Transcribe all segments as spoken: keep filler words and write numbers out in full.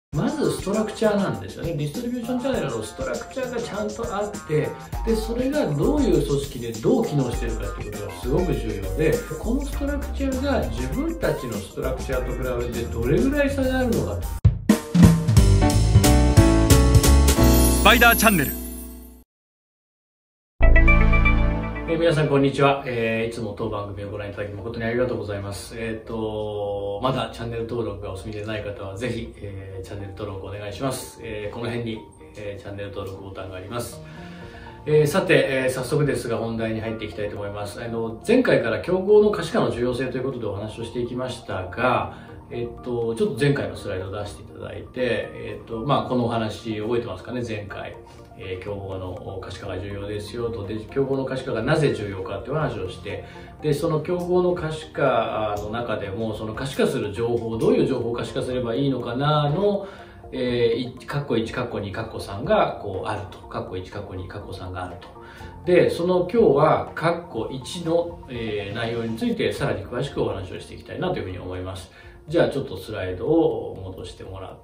まずストラクチャーなんですよね。ディストリビューションチャンネルのストラクチャーがちゃんとあって、でそれがどういう組織でどう機能しているかっていうことがすごく重要で、このストラクチャーが自分たちのストラクチャーと比べてどれぐらい差があるのかと。 スパイダーチャンネル。 えー、皆さんこんにちは、えー、いつも当番組をご覧いただき誠にありがとうございます。えっ、ー、とまだチャンネル登録がお済みでない方はぜひ、えー、チャンネル登録お願いします。えー、この辺に、えー、チャンネル登録ボタンがあります。えー、さて、えー、早速ですが本題に入っていきたいと思います。あの前回から競合の可視化の重要性ということでお話をしていきましたが、えっと、ちょっと前回のスライドを出していただいて、えっと、まあ、このお話覚えてますかね、前回。えー、競合の可視化が重要ですよと。で、競合の可視化がなぜ重要かっていう話をして、で、その競合の可視化の中でも、その可視化する情報、どういう情報を可視化すればいいのかなの、えー、カッコいち、カッコに、カッコさんがこうあると。カッコいち、カッコに、カッコさんがあると。で、その今日はカッコいちの、えー、内容についてさらに詳しくお話をしていきたいなというふうに思います。じゃあちょっとスライドを戻してもらって、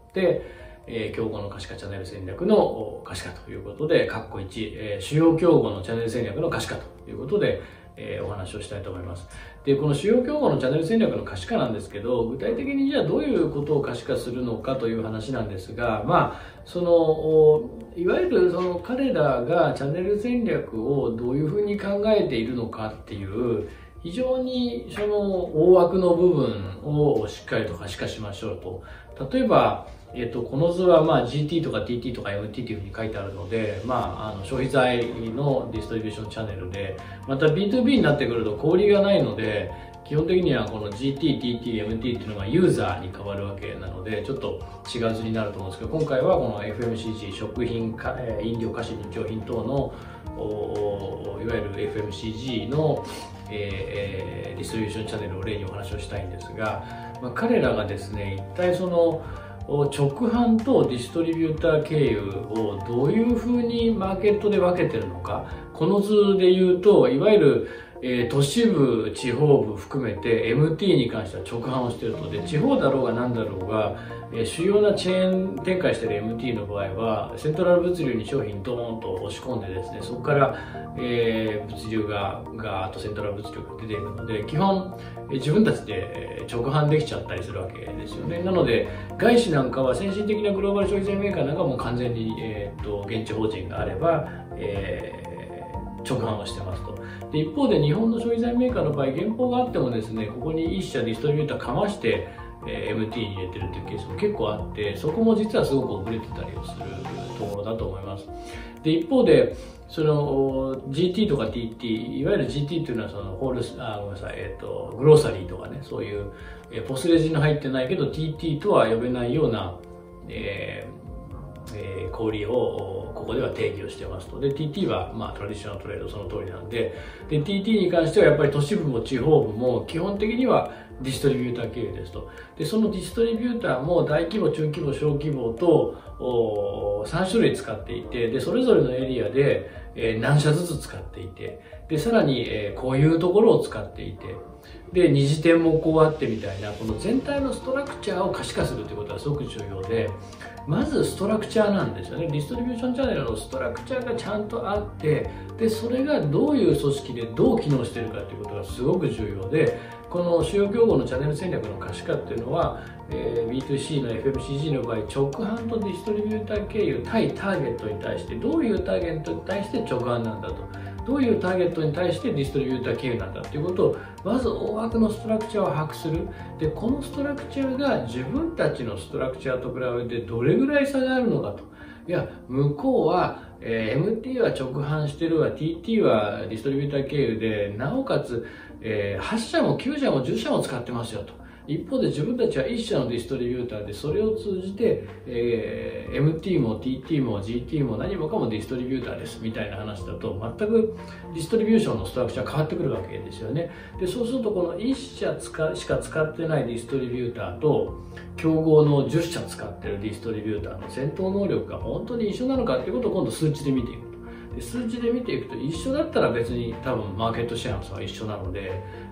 えー、競合の可視化チャンネル戦略の可視化ということで、カッコいち、えー、主要競合のチャンネル戦略の可視化ということで、えー、お話をしたいと思います。で、この主要競合のチャンネル戦略の可視化なんですけど、具体的にじゃあどういうことを可視化するのかという話なんですが、まあ、その、いわゆるその彼らがチャンネル戦略をどういうふうに考えているのかっていう、非常にその大枠の部分をしっかりと可視化しましょうと。例えば、えっと、この図はまあ ジーティー とか ティーティー とか エムティー というふうに書いてあるので、まあ、あの消費財のディストリビューションチャンネルで、また ビーツービー になってくると小売りがないので、基本的にはこの ジーティー、ティーティー、エムティー っていうのがユーザーに変わるわけなので、ちょっと違う図になると思うんですけど、今回はこの エフエムシージー、食品、飲料、菓子、日用品等のいわゆる エフエムシージー の、えー、ディストリビューションチャンネルを例にお話をしたいんですが、まあ、彼らがですね、一体その直販とディストリビューター経由をどういうふうにマーケットで分けてるのか。この図で言うと、いわゆるえー、都市部、地方部含めて エムティー に関しては直販をしていると。で、地方だろうが何だろうが、えー、主要なチェーン展開している エムティー の場合は、セントラル物流に商品ドーンと押し込んでですね、そこから、えー、物流が、ガーッとセントラル物流が出ているので、基本、えー、自分たちで直販できちゃったりするわけですよね。なので、外資なんかは先進的なグローバル消費財メーカーなんかも完全に、えー、と現地法人があれば、えー直販をしてますと。で、一方で日本の消費財メーカーの場合、原稿があってもですね、ここに一社ディストリビューターかまして、えー、エムティー に入れてるっていうケースも結構あって、そこも実はすごく遅れてたりをするところだと思います。で、一方で、その ジーティー とか ティーティー、いわゆる ジーティー というのはそのホールス、あ、ごめんなさい、えっと、グローサリーとかね、そういう、えー、ポスレジの入ってないけど ティーティー とは呼べないような、えーえー、小売をここでは定義をしてますと。で、ティーティー は、まあ、トラディショナルトレードその通りなんで、で、ティーティー に関してはやっぱり都市部も地方部も基本的にはディストリビューター経由ですと。で、そのディストリビューターも大規模、中規模、小規模とさん種類使っていて、で、それぞれのエリアで、えー、何社ずつ使っていて、で、さらに、えー、こういうところを使っていて、で、二次点もこうあってみたいな、この全体のストラクチャーを可視化するということはすごく重要で、まずストラクチャーなんですよね。ディストリビューションチャンネルのストラクチャーがちゃんとあって、で、それがどういう組織でどう機能しているかということがすごく重要で、この主要競合のチャンネル戦略の可視化っていうのは、えー、ビーツーシー の エフエムシージー の場合、直販とディストリビューター経由対ターゲットに対して、どういうターゲットに対して直販なんだと。どういうターゲットに対してディストリビューター経由なんだということを、まず大枠のストラクチャーを把握する。で、このストラクチャーが自分たちのストラクチャーと比べてどれぐらい差があるのかと。いや、向こうは、えー、エムティー は直販してるわ、ティーティー はディストリビューター経由で、なおかつ、えー、はち社もきゅう社もじゅっ社も使ってますよと。一方で自分たちはいっ社のディストリビューターで、それを通じて、えー、エムティー も ティーティー も ジーティー も何もかもディストリビューターですみたいな話だと、全くディストリビューションのストラクチャー変わってくるわけですよね。で、そうするとこのいっ社使しか使ってないディストリビューターと、競合のじゅっ社使ってるディストリビューターの戦闘能力が本当に一緒なのかっていうことを今度数値で見ていくと。で数値で見ていくと一緒だったら別に多分マーケットシェアの差は一緒なので、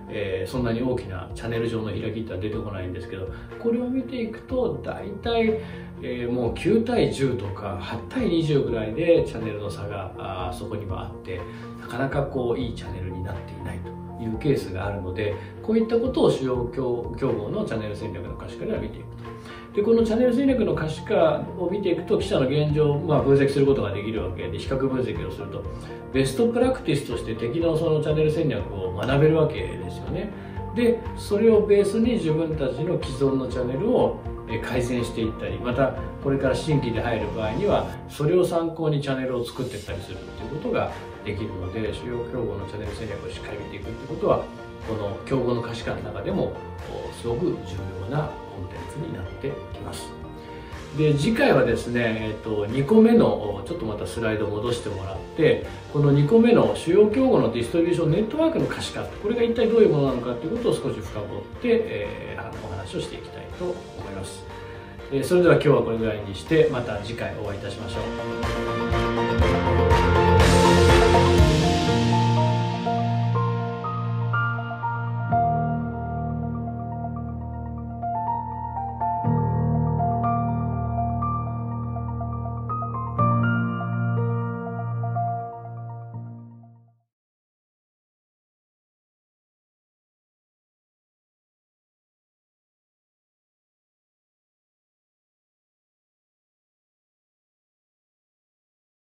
えー、そんなに大きなチャンネル上の開きってのは出てこないんですけど、これを見ていくと大体、えー、もうきゅうたいじゅうとかはちたいにじゅうぐらいでチャンネルの差があそこにはあって、なかなかこういいチャンネルになっていないというケースがあるので、こういったことを主要競合のチャンネル戦略の可視化では見ていくと。でこのチャンネル戦略の可視化を見ていくと、記者の現状をまあ分析することができるわけで、比較分析をするとベストプラクティスとして敵のそのチャンネル戦略を学べるわけですよね。でそれをベースに自分たちの既存のチャンネルを改善していったり、またこれから新規で入る場合にはそれを参考にチャンネルを作っていったりするっていうことができるので、主要競合のチャンネル戦略をしっかり見ていくってことは、この競合の可視化の中でもすごく重要なコンテンツになってきます。で次回はですね、えっと、にこめのちょっとまたスライドを戻してもらって、このにこめの主要競合のディストリビューションネットワークの可視化、これが一体どういうものなのかということを少し深掘って、えー、お話をしていきたいと思います。えー、それでは今日はこれぐらいにして、また次回お会いいたしましょう。